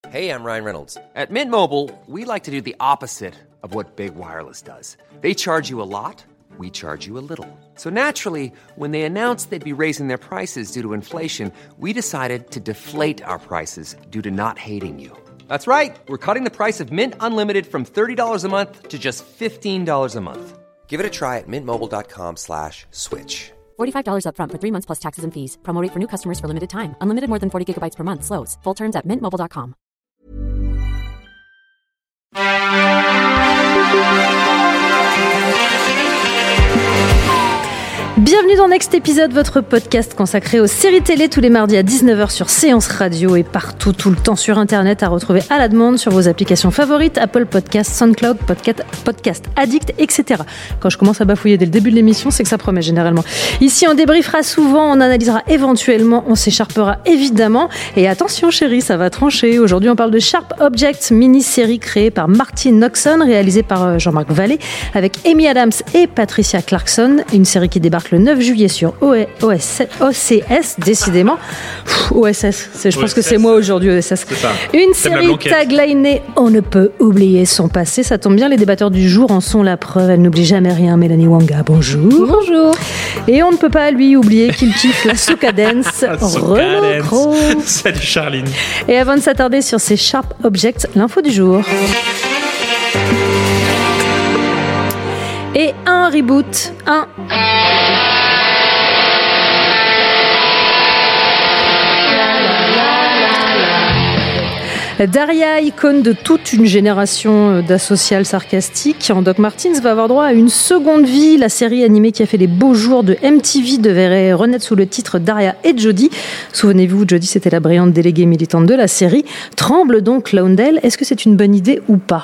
Hey, I'm Ryan Reynolds. At Mint Mobile, we like to do the opposite of what Big Wireless does. They charge you a lot, we charge you a little. So naturally, when they announced they'd be raising their prices due to inflation, we decided to deflate our prices due to not hating you. That's right. We're cutting the price of Mint Unlimited from $30 a month to just $15 a month. Give it a try at mintmobile.com/switch. $45 up front for 3 months plus taxes and fees. Promo rate for new customers for limited time. Unlimited more than 40 gigabytes per month. Slows full terms at mintmobile.com. Bienvenue dans Next Épisode, votre podcast consacré aux séries télé tous les mardis à 19h sur Séance Radio et partout, tout le temps sur Internet, à retrouver à la demande sur vos applications favorites, Apple Podcasts, SoundCloud, Podcast Addict, etc. Quand je commence à bafouiller dès le début de l'émission, c'est que ça promet généralement. Ici, on débriefera souvent, on analysera éventuellement, on s'écharpera évidemment. Et attention chérie, ça va trancher. Aujourd'hui, on parle de Sharp Objects, mini-série créée par Martin Noxon, réalisée par Jean-Marc Vallée, avec Amy Adams et Patricia Clarkson. Une série qui débarque le 9 juillet sur OCS, décidément. OSS, je pense que c'est moi aujourd'hui, OSS. Une série taglinée, on ne peut oublier son passé. Ça tombe bien, les débatteurs du jour en sont la preuve. Elle n'oublie jamais rien. Mélanie Wanga, bonjour. Bonjour. Et on ne peut pas lui oublier qu'il kiffe la soca dance. Renaud Cros. Salut Charline. Et avant de s'attarder sur ces Sharp Objects, l'info du jour. Et un reboot. Daria, icône de toute une génération d'asociales sarcastiques, Doc Martens va avoir droit à une seconde vie. La série animée qui a fait les beaux jours de MTV devrait renaître sous le titre Daria et Jodie. Souvenez-vous, Jodie, c'était la brillante déléguée militante de la série. Tremble donc Lawndale. Est-ce que c'est une bonne idée ou pas ?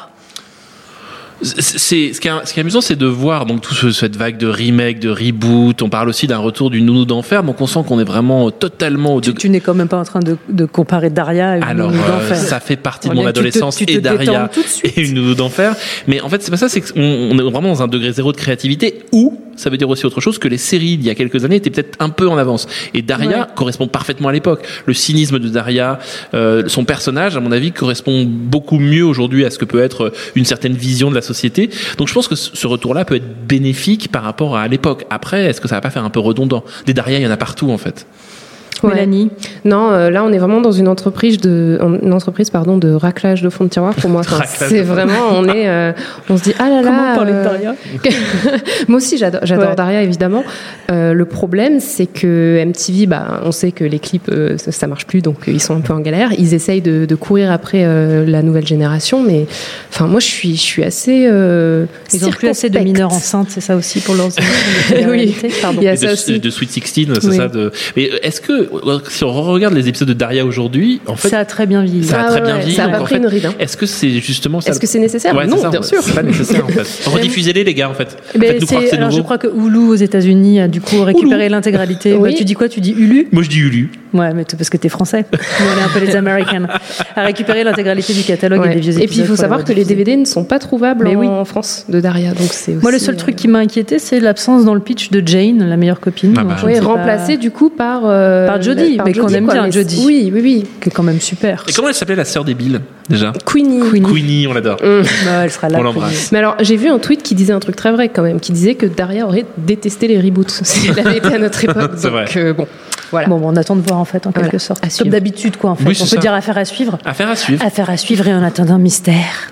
Ce qui est amusant, c'est de voir donc cette vague de remake, de reboot. On parle aussi d'un retour du nounou d'enfer, donc on sent qu'on est vraiment totalement. Tu n'es quand même pas en train de comparer Daria à une nounou d'enfer. Ça fait partie de mon adolescence et Daria et une nounou d'enfer. Mais en fait, c'est pas ça. C'est qu'on est vraiment dans un degré zéro de créativité où ça veut dire aussi autre chose que les séries d'il y a quelques années étaient peut-être un peu en avance. Et Daria correspond parfaitement à l'époque. Le cynisme de Daria, son personnage, à mon avis, correspond beaucoup mieux aujourd'hui à ce que peut être une certaine vision de la société. Donc je pense que ce retour-là peut être bénéfique par rapport à l'époque. Après, est-ce que ça va pas faire un peu redondant ? Des Daria, il y en a partout en fait. Mélanie. Non, là on est vraiment dans une entreprise de raclage de fond de tiroir pour moi. Enfin, c'est vraiment, on se dit ah là là. Comment parler de Daria ? Moi aussi j'adore Daria évidemment. Le problème c'est que MTV, on sait que les clips ça marche plus, donc ils sont un peu en galère. Ils essayent de courir après la nouvelle génération, mais enfin moi je suis assez. Ils ont plus assez de mineurs enceintes, c'est ça aussi pour leurs. Oui. Pardon. Il y a ça aussi. De Sweet 16, c'est ça. Mais est-ce que si on regarde les épisodes de Daria aujourd'hui, en fait, ça a très bien vieilli. Ça a pas pris une ride. Est-ce que c'est justement ça ? Est-ce que c'est nécessaire ? Non, bien sûr. C'est pas nécessaire en fait. Rediffusez-les les gars en fait. Faites-nous croire que c'est nouveau. Je crois que Hulu aux États-Unis a du coup récupéré l'intégralité. Oui. Tu dis quoi ? Tu dis Hulu ? Moi je dis Hulu. Ouais, mais parce que t'es français. Nous on est un peu les Americans. A récupéré l'intégralité du catalogue et des vieux épisodes. Et puis il faut savoir que les DVD ne sont pas trouvables en France de Daria, donc c'est aussi. Moi le seul truc qui m'a inquiété, c'est l'absence dans le pitch de Jane, la meilleure copine. Oui, remplacée du coup par Jodie, mais qu'on aime bien Jodie. Oui. Qui est quand même super. Et comment elle s'appelait la sœur des Bills déjà ? Queenie, on l'adore. Elle sera là. On l'embrasse. Mais alors j'ai vu un tweet qui disait un truc très vrai quand même, qui disait que Daria aurait détesté les reboots si elle avait été à notre époque. C'est vrai. Bon. Voilà. Bon, on attend de voir en fait, en quelque sorte. Comme d'habitude, quoi, en fait. Oui, on peut dire affaire à suivre. Affaire à suivre. Affaire à suivre et en attendant, mystère.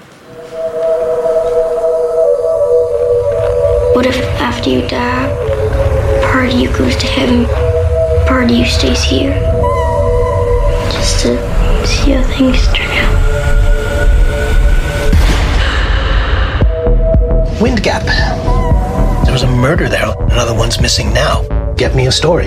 What if after you die, part of you goes to heaven, part of you stays here, just to see how things turn out? Wind Gap. There was a murder there. Another one's missing now. Get me a story.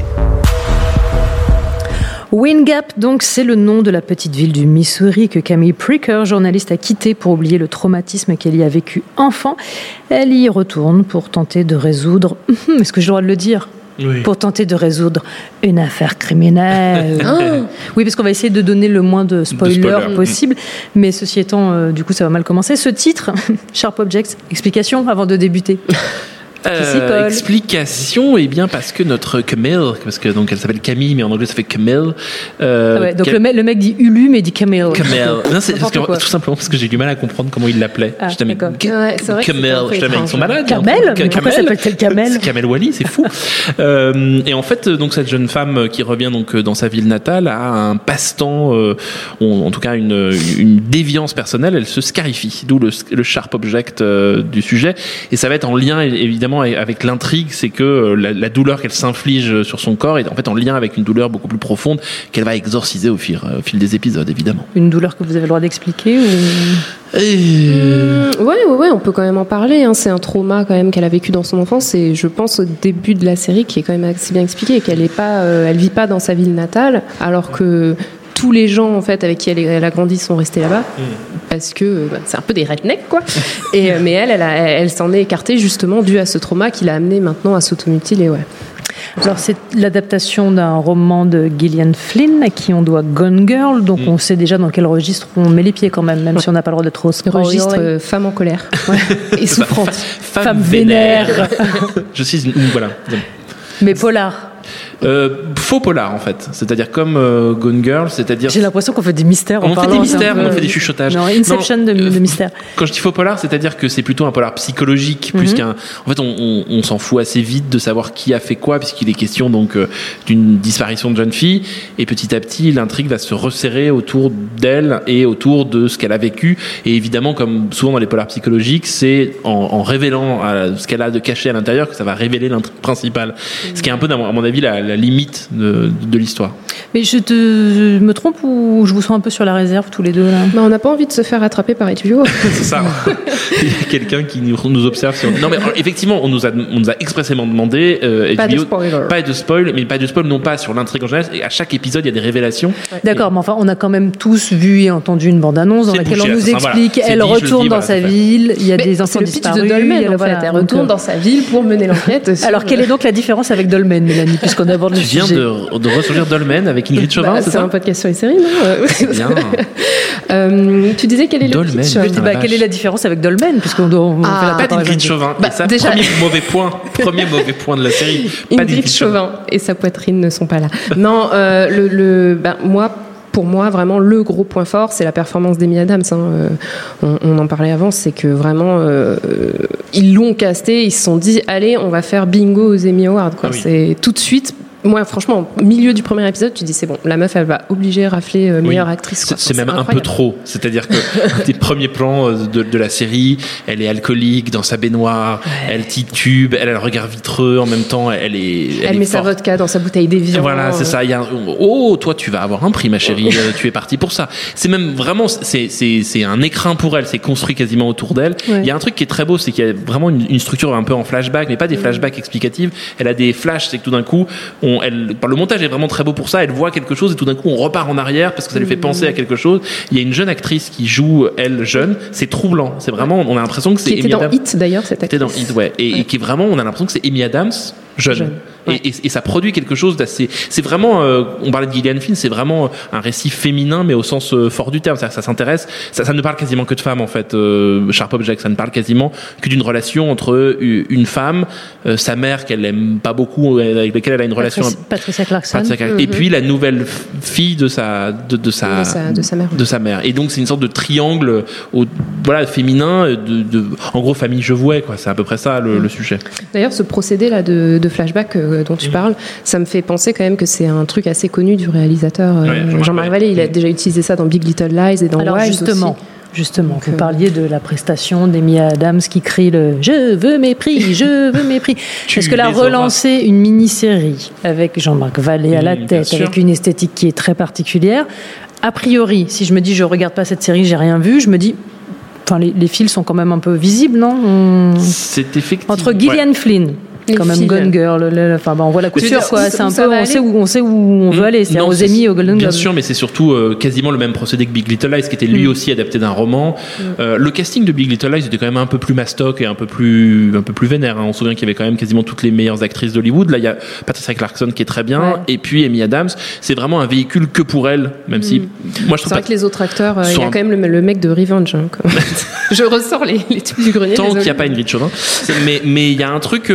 Wind Gap, donc, c'est le nom de la petite ville du Missouri que Camille Pricker, journaliste, a quitté pour oublier le traumatisme qu'elle y a vécu enfant. Elle y retourne pour tenter de résoudre... Est-ce que j'ai le droit de le dire ? Oui. Pour tenter de résoudre une affaire criminelle. Oui, parce qu'on va essayer de donner le moins de spoilers possible. Mais ceci étant, du coup, ça va mal commencer. Ce titre, Sharp Objects, explication avant de débuter. Explication, bien parce que notre Camille, donc elle s'appelle Camille, mais en anglais ça fait Camille. Donc le mec dit Ulu, mais il dit Camille. Non, c'est parce que, tout simplement parce que j'ai du mal à comprendre comment il l'appelait. Camille. Ils sont malades. Camel. Pourquoi s'appelle-t-elle Camel? C'est Kamel Wally, c'est fou. Et en fait, donc cette jeune femme qui revient donc dans sa ville natale a un passe-temps, en tout cas une déviance personnelle. Elle se scarifie, d'où le sharp object du sujet. Et ça va être en lien évidemment avec l'intrigue, c'est que la douleur qu'elle s'inflige sur son corps est en fait en lien avec une douleur beaucoup plus profonde qu'elle va exorciser au fil des épisodes, évidemment. Une douleur que vous avez le droit d'expliquer ou... Ouais, on peut quand même en parler. Hein. C'est un trauma quand même qu'elle a vécu dans son enfance, et je pense au début de la série qui est quand même assez bien expliqué, qu'elle elle vit pas dans sa ville natale, alors que tous les gens en fait avec qui elle a grandi sont restés là-bas parce que c'est un peu des rednecks quoi. Mais elle s'en est écartée justement dû à ce trauma qui l'a amenée maintenant à s'automutiler. Ouais. Alors c'est l'adaptation d'un roman de Gillian Flynn à qui on doit Gone Girl, donc on sait déjà dans quel registre on met les pieds quand même si on n'a pas le droit de trop spoiler. Le registre femme en colère et souffrante, femme vénère. Je suis voilà. Mais polar. Faux polar en fait, c'est-à-dire comme Gone Girl, c'est-à-dire j'ai l'impression qu'on fait des mystères, on fait des mystères, on fait des chuchotages. Non, Inception de mystères. Quand je dis faux polar, c'est-à-dire que c'est plutôt un polar psychologique plus qu'un. En fait, on s'en fout assez vite de savoir qui a fait quoi, puisqu'il est question donc d'une disparition de jeune fille, et petit à petit l'intrigue va se resserrer autour d'elle et autour de ce qu'elle a vécu. Et évidemment, comme souvent dans les polars psychologiques, c'est en révélant ce qu'elle a de caché à l'intérieur que ça va révéler l'intrigue principale. Ce qui est un peu, à mon avis, la limite de l'histoire. Mais je me trompe ou je vous sens un peu sur la réserve tous les deux là? On n'a pas envie de se faire attraper par HBO. C'est ça. Il y a quelqu'un qui nous observe sur... Non mais effectivement, on nous a expressément demandé pas de spoiler. Pas de spoil, non pas sur l'intrigue en général. Et à chaque épisode, il y a des révélations. Ouais. D'accord, mais enfin, on a quand même tous vu et entendu une bande-annonce dans laquelle on nous explique elle retourne dans sa ville, il y a des enfants disparus. C'est le pitch de Dolmen, en fait. Elle retourne dans sa ville pour mener l'enquête. Alors, quelle est donc la différence avec Dolmen, Mélanie, puisqu'on aborde le sujet? Tu viens de ressurgir Dolmen avec Ingrid Chauvin, c'est un podcast sur les séries, non? C'est bien. Tu disais quel est le pitch? Je dis, quelle est la différence avec Dolmen, puisqu'on fait la pas d'Ingrid Chauvin. Ça, déjà... premier mauvais point de la série. Ingrid Chauvin et sa poitrine ne sont pas là. Non, pour moi, vraiment, le gros point fort, c'est la performance d'Amy Adams. On en parlait avant, c'est que vraiment, ils l'ont casté, ils se sont dit, allez, on va faire bingo aux Emmy Awards. Quoi. Oui. C'est tout de suite. Moi, franchement, au milieu du premier épisode, tu dis c'est bon, la meuf, elle va obliger rafler meilleure actrice. Quoi. C'est même un peu trop. C'est-à-dire que des premiers plans de la série, elle est alcoolique dans sa baignoire, elle titube, elle a le regard vitreux, en même temps, elle met sa vodka dans sa bouteille d'évian. Voilà, c'est ça. Il y a toi, tu vas avoir un prix, ma chérie. Tu es partie pour ça. C'est même vraiment, c'est un écrin pour elle. C'est construit quasiment autour d'elle. Ouais. Il y a un truc qui est très beau, c'est qu'il y a vraiment une structure un peu en flashback, mais pas des flashbacks explicatifs. Elle a des flashs, c'est que tout d'un coup, le montage est vraiment très beau pour ça. Elle voit quelque chose et tout d'un coup on repart en arrière parce que ça lui fait penser à quelque chose. Il y a une jeune actrice qui joue elle jeune. C'est troublant. C'est vraiment, on a l'impression que c'est Amy Adams. Qui était dans Hit d'ailleurs cette actrice. Qui était dans Hit, ouais. Et qui est vraiment, on a l'impression que c'est Amy Adams jeune. Ouais. Et ça produit quelque chose d'assez. C'est vraiment. On parlait de Gillian Flynn, c'est vraiment un récit féminin, mais au sens fort du terme. Ça s'intéresse. Ça ne parle quasiment que de femmes en fait. Sharp Object, ça ne parle quasiment que d'une relation entre une femme, sa mère qu'elle aime pas beaucoup, avec laquelle elle a une relation. Patricia Clarkson. Et puis la nouvelle fille de sa mère. Et donc c'est une sorte de triangle, féminin. En gros, famille Jevouet, quoi. C'est à peu près ça le sujet. D'ailleurs, ce procédé là de flashback dont tu parles, ça me fait penser quand même que c'est un truc assez connu du réalisateur Jean-Marc Vallée. Il a déjà utilisé ça dans Big Little Lies et dans Wild aussi. Justement, vous parliez de la prestation d'Amy Adams qui crie le « Je veux mes prix, je veux mes prix ». Est-ce que la relancer une mini-série avec Jean-Marc Vallée à la tête, avec une esthétique qui est très particulière, a priori, si je me dis je regarde pas cette série, j'ai rien vu, je me dis... Enfin, les fils sont quand même un peu visibles, non? C'est effectivement... Entre Gillian Flynn, quand même Gone Girl, enfin on voit la couture quoi, c'est un peu on sait où on veut aller, c'est aux Emmy, au Golden Globe. Bien sûr, mais c'est surtout quasiment le même procédé que Big Little Lies, qui était lui aussi adapté d'un roman. Le casting de Big Little Lies était quand même un peu plus mastoc et un peu plus vénère, hein. On se souvient qu'il y avait quand même quasiment toutes les meilleures actrices d'Hollywood. Là il y a Patricia Clarkson qui est très bien, et puis Amy Adams, c'est vraiment un véhicule que pour elle, même si moi je trouve c'est vrai que les autres acteurs, il y a quand même le mec de Revenge, hein, je ressors les types du grenier tant qu'il n'y a pas Ingrid Chauvin, mais il y a un truc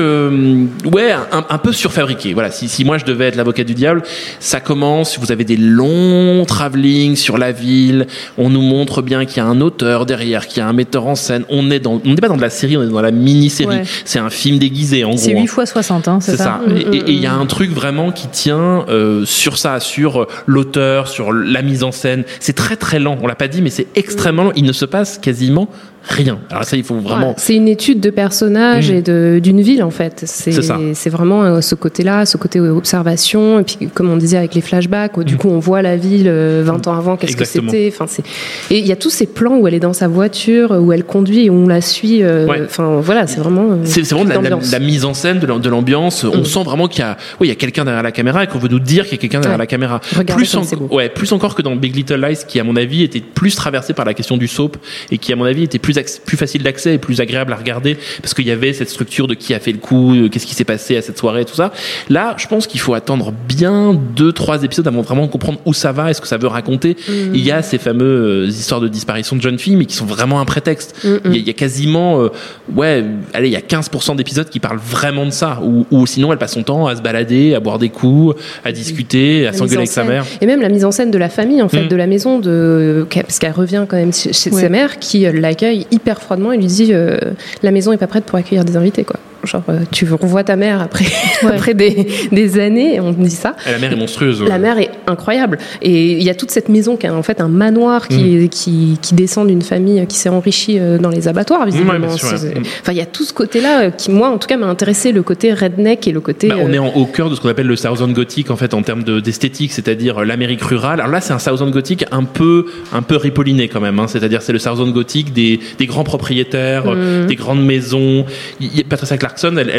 un peu surfabriqué. Voilà, si moi je devais être l'avocat du diable, ça commence, vous avez des longs travelling sur la ville, on nous montre bien qu'il y a un auteur derrière, qu'il y a un metteur en scène, on n'est pas dans de la série, on est dans la mini-série, c'est un film déguisé en gros. C'est 8 x 60, hein, c'est ça. Et il y a un truc vraiment qui tient sur ça, sur l'auteur, sur la mise en scène. C'est très très lent, on l'a pas dit, mais c'est extrêmement lent, il ne se passe quasiment rien. Alors ça, il faut vraiment... c'est une étude de personnages et d'une ville, en fait. C'est vraiment ce côté-là, ce côté observation, et puis comme on disait avec les flashbacks, où, du coup on voit la ville 20 ans avant, qu'est-ce Exactement. que c'était. Enfin, et il y a tous ces plans où elle est dans sa voiture, où elle conduit et où on la suit. Enfin voilà, c'est vraiment... c'est vraiment de la mise en scène, de l'ambiance. On sent vraiment qu'il y a quelqu'un derrière la caméra et qu'on veut nous dire qu'il y a quelqu'un derrière la caméra. Plus encore que dans Big Little Lies, qui à mon avis était plus traversé par la question du soap, et qui à mon avis était plus facile d'accès et plus agréable à regarder, parce qu'il y avait cette structure de qui a fait le coup, qu'est-ce qui s'est passé à cette soirée, tout ça. Là, je pense qu'il faut attendre bien 2-3 épisodes avant vraiment de comprendre où ça va et ce que ça veut raconter. Il y a ces fameuses histoires de disparition de jeunes filles, mais qui sont vraiment un prétexte. Il y a quasiment il y a 15% d'épisodes qui parlent vraiment de ça, ou sinon elle passe son temps à se balader, à boire des coups, à discuter, à s'engueuler avec sa mère. Et même la mise en scène de la famille, en fait, de la maison, parce qu'elle revient quand même chez sa mère, qui l'accueille hyper froidement et lui dit la maison est pas prête pour accueillir des invités, quoi. Genre tu revois ta mère après des années, on dit ça. Et la mère est monstrueuse. La mère est incroyable, et il y a toute cette maison qui est en fait un manoir qui descend d'une famille qui s'est enrichie dans les abattoirs visiblement. Enfin il y a tout ce côté-là qui moi en tout cas m'a intéressé, le côté redneck et le côté on est au cœur de ce qu'on appelle le Southern Gothic en fait en termes d'esthétique, c'est-à-dire l'Amérique rurale. Alors là c'est un Southern Gothic un peu ripolliné quand même, hein. C'est-à-dire c'est le Southern Gothic des grands propriétaires, des grandes maisons. Patricia Clarkson,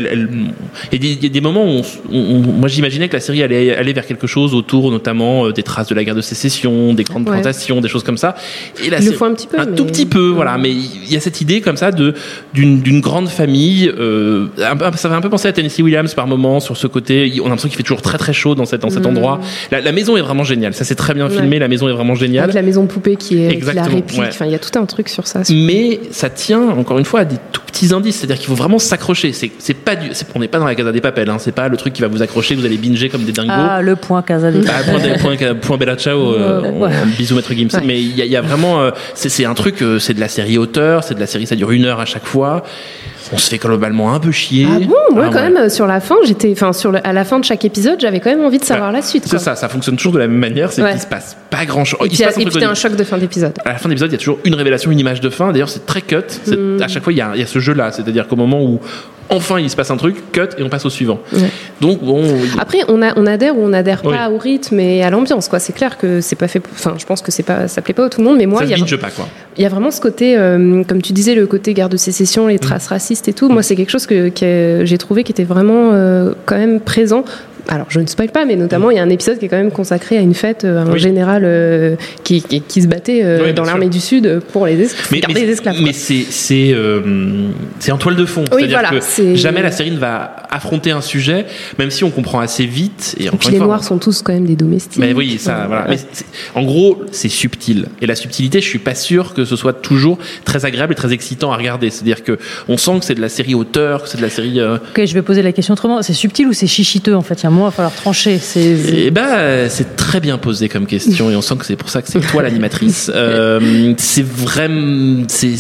il y a des moments où moi j'imaginais que la série allait aller vers quelque chose autour notamment des traces de la guerre de sécession, des grandes plantations, des choses comme ça. Et là, le faut un petit peu, tout petit peu, voilà. Mais il y a cette idée comme ça d'une grande famille. Ça fait un peu penser à Tennessee Williams par moment sur ce côté. On a l'impression qu'il fait toujours très très chaud dans cet endroit. La maison est vraiment géniale. Ça c'est très bien filmé. La maison est vraiment géniale. Avec la maison poupée qui la réplique. Enfin, il y a tout un truc sur ça. Mais ça tient encore une fois à des tout petits indices. C'est-à-dire qu'il faut vraiment s'accrocher. On n'est pas dans la Casa des Papel, hein. C'est pas le truc qui va vous accrocher, vous allez binger comme des dingos. Ah, le point Casa des Papel. Point Bella Ciao, bisous Maître Gims. Mais il y a vraiment, c'est un truc, c'est de la série auteur, c'est de la série, ça dure 1 heure à chaque fois. On se fait globalement un peu chier. Ah bon, moi quand même sur la fin, à la fin de chaque épisode, j'avais quand même envie de savoir la suite. C'est ça fonctionne toujours de la même manière, c'est qu'il se passe pas grand chose. Et puis t'as un choc de fin d'épisode. À la fin d'épisode, il y a toujours une révélation, une image de fin. D'ailleurs, c'est très cut. À chaque fois, il y a ce jeu-là, c'est-à-dire qu'au moment où enfin il se passe un truc, cut et on passe au suivant. Donc bon. Après, on adhère ou on adhère pas au rythme et à l'ambiance, quoi. C'est clair que c'est pas fait. Enfin, je pense que ça plaît pas à tout le monde, mais moi, il y a vraiment ce côté, comme tu disais, le côté guerre de sécession, les traces racistes et tout. Moi, c'est quelque chose que j'ai trouvé qui était vraiment quand même présent. Alors, je ne spoil pas, mais notamment, il y a un épisode qui est quand même consacré à une fête, à un général qui se battait dans l'armée du Sud pour garder les esclaves. Mais c'est en toile de fond. C'est-à-dire que jamais la série ne va affronter un sujet, même si on comprend assez vite. Et puis les Noirs sont tous quand même des domestiques. Mais oui, ça, voilà. Mais en gros, c'est subtil. Et la subtilité, je suis pas sûr que ce soit toujours très agréable et très excitant à regarder. C'est-à-dire que on sent que c'est de la série auteur, que c'est de la série. Ok, je vais poser la question autrement. C'est subtil ou c'est chichiteux en fait? Il va falloir trancher. C'est très bien posé comme question et on sent que c'est pour ça que c'est toi l'animatrice. C'est vraiment, c'est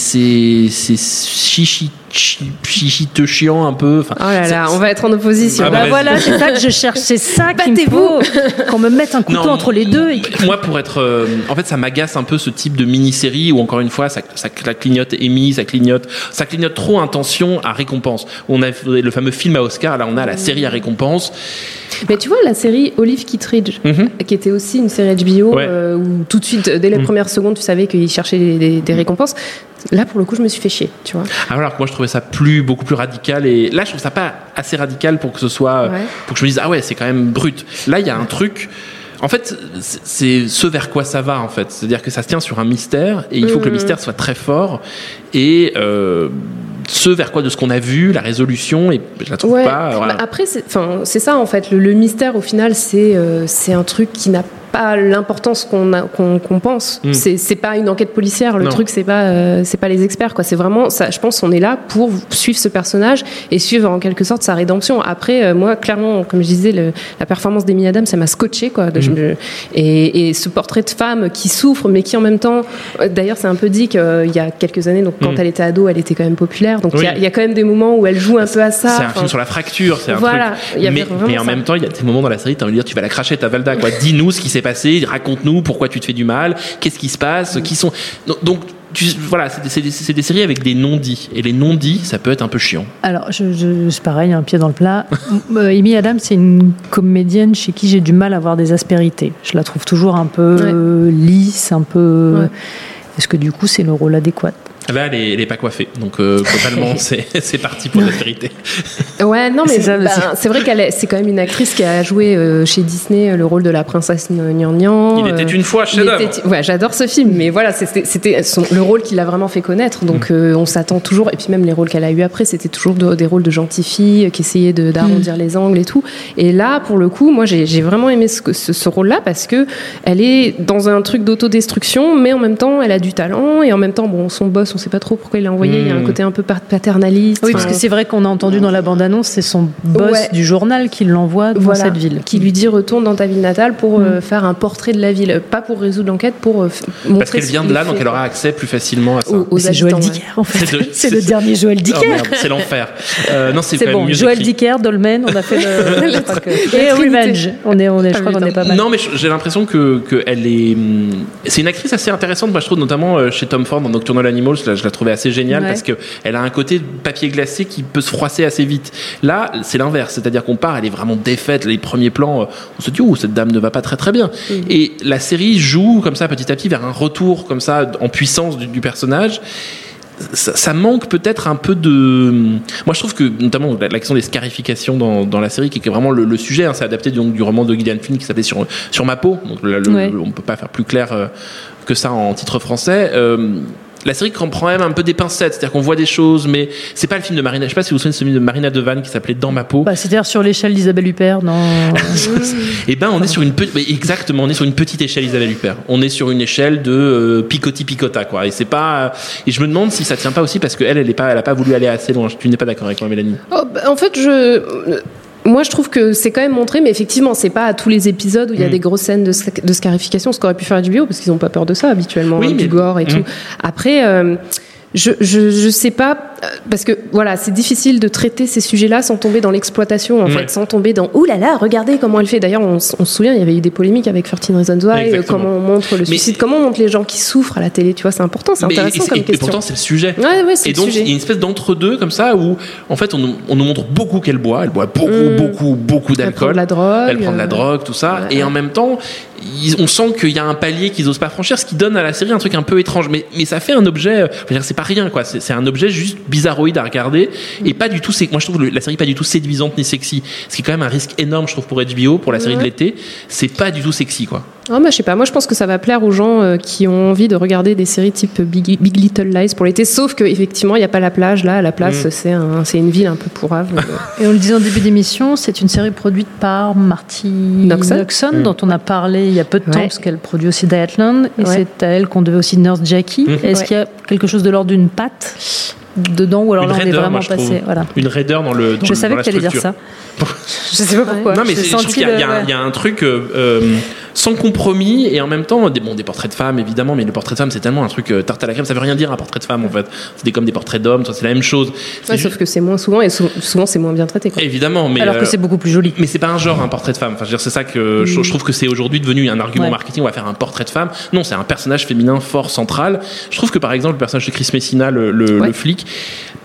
chichiteux chiant un peu. Enfin, oh là là, on va être en opposition. Voilà, c'est ça que je cherche. C'est ça qu'il me faut. Qu'on me mette un couteau entre les deux. Moi, pour être, en fait, ça m'agace un peu ce type de mini-série où encore une fois, ça clignote Emmy, ça clignote trop intention à récompense. On a le fameux film à Oscar, là, on a la série à récompense. Mais tu vois, la série Olive Kittredge, qui était aussi une série HBO, où tout de suite, dès les premières secondes, tu savais qu'ils cherchaient des récompenses. Là, pour le coup, je me suis fait chier, tu vois. Alors que moi, je trouvais ça beaucoup plus radical. Et là, je trouve ça pas assez radical pour que ce soit, pour que je me dise, ah ouais, c'est quand même brut. Là, il y a un truc. En fait, c'est ce vers quoi ça va, en fait. C'est-à-dire que ça se tient sur un mystère, et il faut que le mystère soit très fort. Et ce vers quoi de ce qu'on a vu, la résolution, et je la trouve pas. Voilà. Après, c'est ça, en fait. Le mystère, au final, c'est un truc qui n'a pas l'importance qu'on pense. C'est pas une enquête policière. Le truc, c'est pas les experts, quoi. C'est vraiment ça. Je pense qu'on est là pour suivre ce personnage et suivre en quelque sorte sa rédemption. Après, moi, clairement, comme je disais, la performance d'Amy Adams, ça m'a scotché, quoi. Et ce portrait de femme qui souffre, mais qui en même temps, d'ailleurs, c'est un peu dit qu'il y a quelques années, donc quand elle était ado, elle était quand même populaire. Donc il y a quand même des moments où elle joue un peu à ça. C'est un film sur la fracture. C'est un truc. Mais en même temps, il y a des moments dans la série, t'as envie de dire, tu vas la cracher ta Valda, quoi. Dis-nous ce qui s'est passé, raconte-nous pourquoi tu te fais du mal, qu'est-ce qui se passe, qui sont. Donc voilà, c'est des séries avec des non-dits, et les non-dits, ça peut être un peu chiant. Alors, c'est pareil, un pied dans le plat. Amy Adams, c'est une comédienne chez qui j'ai du mal à avoir des aspérités. Je la trouve toujours un peu lisse, un peu. Ouais. Est-ce que du coup, c'est le rôle adéquat? Là, elle est pas coiffée, donc totalement, c'est parti pour l'aspérité. Ouais, non, mais c'est vrai c'est quand même une actrice qui a joué chez Disney le rôle de la princesse Gnangnan. Il était une fois chef-d'œuvre. Ouais, j'adore ce film, mais voilà, c'était le rôle qui l'a vraiment fait connaître. Donc, on s'attend toujours, et puis même les rôles qu'elle a eu après, c'était toujours des rôles de gentille fille qui essayaient d'arrondir les angles et tout. Et là, pour le coup, moi, j'ai vraiment aimé ce rôle-là parce que elle est dans un truc d'autodestruction, mais en même temps, elle a du talent, et en même temps, bon, son boss, on sait pas trop pourquoi il l'a envoyé. Il y a un côté un peu paternaliste. Oui, parce que c'est vrai qu'on a entendu dans la bande-annonce, c'est son boss du journal qui l'envoie dans cette ville. Qui lui dit retourne dans ta ville natale pour faire un portrait de la ville. Pas pour résoudre l'enquête, pour montrer. Parce qu'elle vient de là, donc elle aura accès plus facilement à ça. C'est Joël Dicker, en fait. C'est le dernier Joël Dicker. Oh merde, c'est l'enfer. Non, c'est bon. Joël Dicker, Dolmen, on a fait le. Et Revenge. Je crois qu'on est pas mal. Non, mais j'ai l'impression que elle est. C'est une actrice assez intéressante, moi je trouve, notamment chez Tom Ford dans Nocturnal Animals. Je la trouvais assez géniale parce que elle a un côté papier glacé qui peut se froisser assez vite. Là, c'est l'inverse, c'est-à-dire qu'on part, elle est vraiment défaite, les premiers plans, on se dit cette dame ne va pas très très bien. Et la série joue comme ça petit à petit vers un retour comme ça en puissance du personnage. Ça manque peut-être un peu de. Moi, je trouve que notamment la question des scarifications dans la série, qui est vraiment le sujet, c'est adapté donc du roman de Gillian Flynn qui s'appelait sur ma peau. Donc on peut pas faire plus clair que ça en titre français. La série prend même un peu des pincettes, c'est-à-dire qu'on voit des choses, mais c'est pas le film de Marina. Je sais pas si vous vous souvenez de ce film de Marina Devanne qui s'appelait Dans ma peau. C'est-à-dire sur l'échelle d'Isabelle Huppert, non. Et on est sur une exactement, on est sur une petite échelle Isabelle Huppert. On est sur une échelle de picota, quoi. Et c'est pas. Et je me demande si ça tient pas aussi parce qu'elle a pas voulu aller assez loin. Tu n'es pas d'accord avec moi, Mélanie? En fait, moi, je trouve que c'est quand même montré, mais effectivement, c'est pas à tous les épisodes où il y a des grosses scènes de scarification, ce qu'aurait pu faire HBO, parce qu'ils n'ont pas peur de ça habituellement, du gore et tout. Après, je sais pas, parce que voilà, c'est difficile de traiter ces sujets-là sans tomber dans l'exploitation, en fait, sans tomber dans ouh là là, regardez comment elle fait. D'ailleurs, on se souvient, il y avait eu des polémiques avec 13 Reasons Why, comment on montre le suicide, comment on montre les gens qui souffrent à la télé, tu vois, c'est important, c'est intéressant comme question. Et pourtant, c'est le sujet. C'est et donc, il y a une espèce d'entre-deux comme ça où, en fait, on nous montre beaucoup qu'elle boit, beaucoup d'alcool. Elle prend de la drogue, tout ça, et en même temps, on sent qu'il y a un palier qu'ils osent pas franchir, ce qui donne à la série un truc un peu étrange, mais ça fait un objet, c'est pas rien, quoi. C'est un objet juste bizarroïde à regarder et pas du tout. Moi, je trouve la série pas du tout séduisante ni sexy, ce qui est quand même un risque énorme, je trouve, pour HBO, pour la série de l'été. C'est pas du tout sexy, quoi. Je sais pas. Moi, je pense que ça va plaire aux gens qui ont envie de regarder des séries type Big Little Lies pour l'été. Sauf que effectivement, il y a pas la plage là. À la place, c'est une ville un peu pourrave. Et on le disait en début d'émission, c'est une série produite par Marty Noxon, dont on a parlé il y a peu de temps parce qu'elle produit aussi Dietland et c'est à elle qu'on devait aussi Nurse Jackie. Est-ce qu'il y a quelque chose de l'ordre d'une patte dedans ou alors là on est vraiment passé une raideur dans le. Je savais que tu allais dire ça. Je sais pas pourquoi. Non mais je trouve qu'il y a un truc sans compromis et en même temps des portraits de femmes évidemment, mais les portraits de femmes c'est tellement un truc tarte à la crème, ça veut rien dire un portrait de femme en fait. C'est comme des portraits d'hommes, c'est la même chose. Sauf que c'est moins souvent et souvent c'est moins bien traité, quoi. Évidemment, mais alors que c'est beaucoup plus joli. Mais c'est pas un genre un portrait de femme. Enfin, je veux dire, c'est ça que je trouve que c'est aujourd'hui devenu un argument marketing. On va faire un portrait de femme. Non, c'est un personnage féminin fort central. Je trouve que par exemple le personnage de Chris Messina, le flic.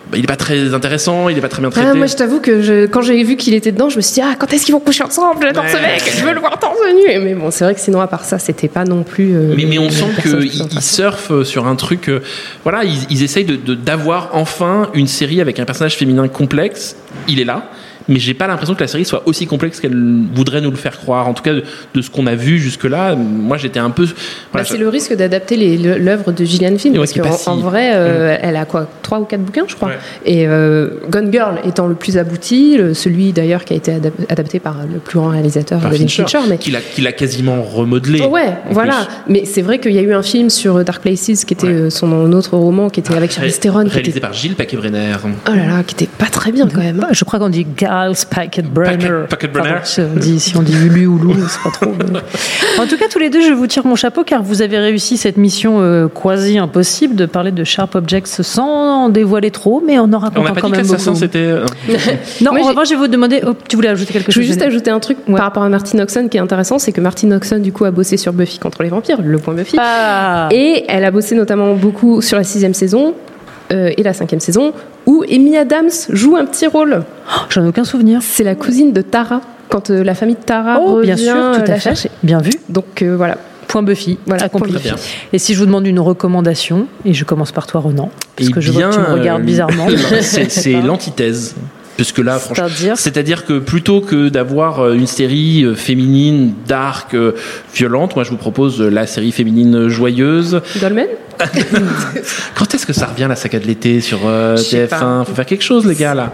il est pas très intéressant, il est pas très bien traité. Moi, je t'avoue que quand j'ai vu qu'il était dedans, je me suis dit, quand est-ce qu'ils vont coucher ensemble? J'adore ce mec, je veux le voir torse nu. Mais bon, c'est vrai que sinon, à part ça, c'était pas non plus. Mais on sent qu'ils surfent sur un truc. Voilà, ils essayent d'avoir enfin une série avec un personnage féminin complexe. Il est là. Mais j'ai pas l'impression que la série soit aussi complexe qu'elle voudrait nous le faire croire. En tout cas, de ce qu'on a vu jusque-là, moi j'étais un peu. Voilà, c'est le risque d'adapter l'œuvre de Gillian Flynn, parce qu'en vrai, elle a 3 ou 4 bouquins, je crois. Ouais. Et Gone Girl étant le plus abouti, celui d'ailleurs qui a été adapté par le plus grand réalisateur, David Fincher, mais qui l'a quasiment remodelé. Ouais, voilà. Plus. Mais c'est vrai qu'il y a eu un film sur Dark Places, qui était son autre roman, qui était avec Charlize Theron, réalisé par Gilles Paquet-Brenner. Oh là là, qui était pas très bien quand même. Je crois qu'on dit Paquet-Brenner. Paquet-Brenner. Si on dit Ulu ou Lou, c'est pas trop. En tout cas, tous les deux, je vous tire mon chapeau car vous avez réussi cette mission quasi impossible de parler de Sharp Objects sans en dévoiler trop, mais en racontant quand même beaucoup. On n'a pas dit qu'Assassin c'était. Non, en revanche, je vais vous demander. Tu voulais ajouter quelque chose? Je voulais juste ajouter un truc par rapport à Martin Oxon qui est intéressant, c'est que Martin Oxon du coup a bossé sur Buffy contre les vampires, le point Buffy, et elle a bossé notamment beaucoup sur la 6e saison. Et la 5e saison, où Amy Adams joue un petit rôle. J'en ai aucun souvenir. C'est la cousine de Tara, quand la famille de Tara revient bien sûr, tout à fait. chercher. Bien vu. Donc voilà. Point Buffy, accompli. Point Buffy. Et si je vous demande une recommandation, et je commence par toi Renan, parce que je vois que tu me regardes bizarrement. C'est l'antithèse. Puisque là, franchement, c'est-à-dire que plutôt que d'avoir une série féminine, dark, violente, moi je vous propose la série féminine joyeuse. Dolmen. Quand est-ce que ça revient la saga de l'été sur TF1? Faut faire quelque chose, les gars, là.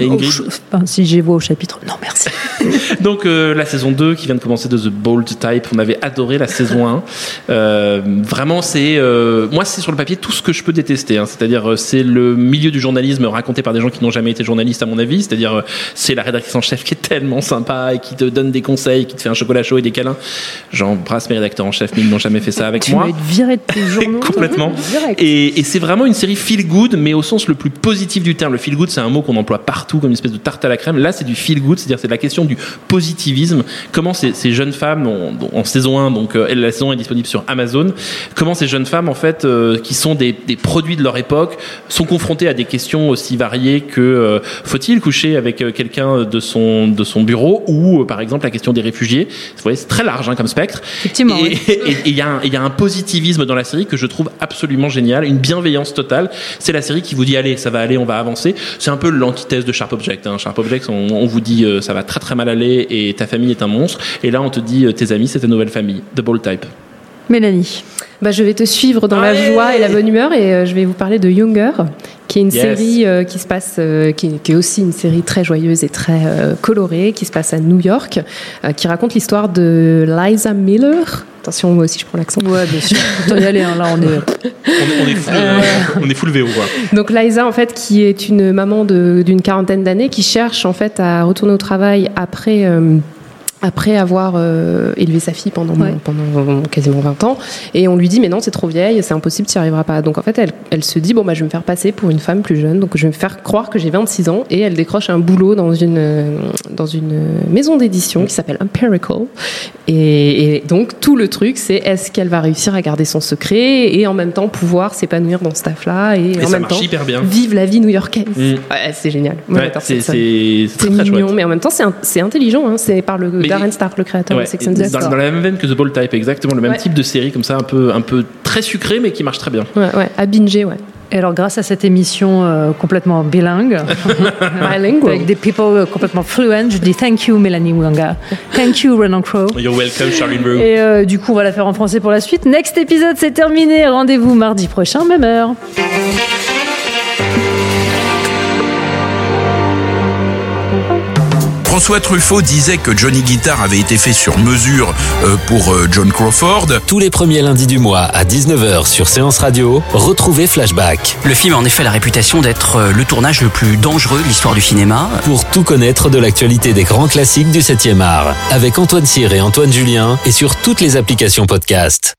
Si j'y vois au chapitre, non merci. Donc la saison 2 qui vient de commencer de The Bold Type, on avait adoré la saison 1. Vraiment, moi c'est sur le papier tout ce que je peux détester. C'est-à-dire c'est le milieu du journalisme raconté par des gens qui n'ont jamais été journalistes à mon avis. C'est-à-dire c'est la rédactrice en chef qui est tellement sympa et qui te donne des conseils, qui te fait un chocolat chaud et des câlins. J'embrasse mes rédacteurs en chef, mais ils n'ont jamais fait ça avec moi. Tu vas être viré de tes journaux. Complètement. Et c'est vraiment une série feel good, mais au sens le plus positif du terme. Le feel good, c'est un mot qu'on emploie partout comme une espèce de tarte à la crème. Là, c'est du feel good, c'est-à-dire c'est la question du positivisme. Comment ces jeunes femmes, en saison 1, donc la saison est disponible sur Amazon, comment ces jeunes femmes, en fait, qui sont des produits de leur époque, sont confrontées à des questions aussi variées que faut-il coucher avec quelqu'un de son bureau, ou par exemple la question des réfugiés. Vous voyez, c'est très large comme spectre. Effectivement. Et il y a un positivisme dans la série que je trouve absolument génial, une bienveillance totale. C'est la série qui vous dit allez, ça va aller, on va avancer. C'est un peu l'antithèse de Sharp Object. Sharp Object, on vous dit ça va très très mal aller et ta famille est un monstre. Et là, on te dit tes amis, c'est ta nouvelle famille. The Bold Type. Mélanie. Je vais te suivre dans la joie et la bonne humeur et je vais vous parler de Younger, qui est une série qui se passe, qui est aussi une série très joyeuse et très colorée, qui se passe à New York, qui raconte l'histoire de Liza Miller. Attention, moi aussi je prends l'accent. Ouais, bien sûr. Faut y aller, là on est full VO, quoi. Donc Liza, en fait, qui est une maman d'une quarantaine d'années, qui cherche en fait à retourner au travail après avoir élevé sa fille pendant quasiment 20 ans, et on lui dit mais non, c'est trop vieille, c'est impossible, tu n'y arriveras pas. Donc en fait elle se dit je vais me faire passer pour une femme plus jeune, donc je vais me faire croire que j'ai 26 ans, et elle décroche un boulot dans une maison d'édition qui s'appelle Empirical, et donc tout le truc c'est est-ce qu'elle va réussir à garder son secret et en même temps pouvoir s'épanouir dans ce taf là et en même temps vivre la vie new-yorkaise. C'est génial. C'est très mignon, chouette. Mais en même temps c'est intelligent, c'est par Darren Star, le créateur de Sex and the City. Dans la même veine que The Bold Type, exactement le même type de série comme ça, un peu très sucré mais qui marche très bien. À binger, Et alors, grâce à cette émission complètement bilingue, avec des people complètement fluent, je dis thank you Mélanie Mwanga, thank you Renan Crowe. You're welcome Charlene Brew. Et du coup, on va la faire en français pour la suite. Next épisode, c'est terminé. Rendez-vous mardi prochain, même heure. François Truffaut disait que Johnny Guitar avait été fait sur mesure pour John Crawford. Tous les premiers lundis du mois à 19h sur Séance Radio, retrouvez Flashback. Le film a en effet la réputation d'être le tournage le plus dangereux de l'histoire du cinéma. Pour tout connaître de l'actualité des grands classiques du 7e art. Avec Antoine Cyr et Antoine Julien, et sur toutes les applications podcast.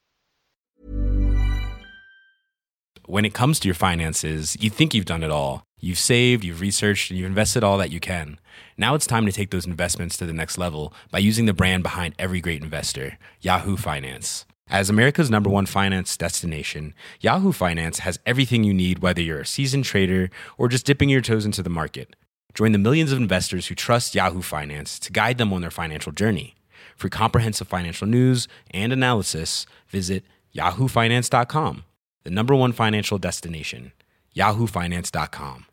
When it comes to your finances, you think you've done it all. You've saved, you've researched, and you've invested all that you can. Now it's time to take those investments to the next level by using the brand behind every great investor, Yahoo Finance. As America's #1 finance destination, Yahoo Finance has everything you need, whether you're a seasoned trader or just dipping your toes into the market. Join the millions of investors who trust Yahoo Finance to guide them on their financial journey. For comprehensive financial news and analysis, visit yahoofinance.com, the #1 financial destination, yahoofinance.com.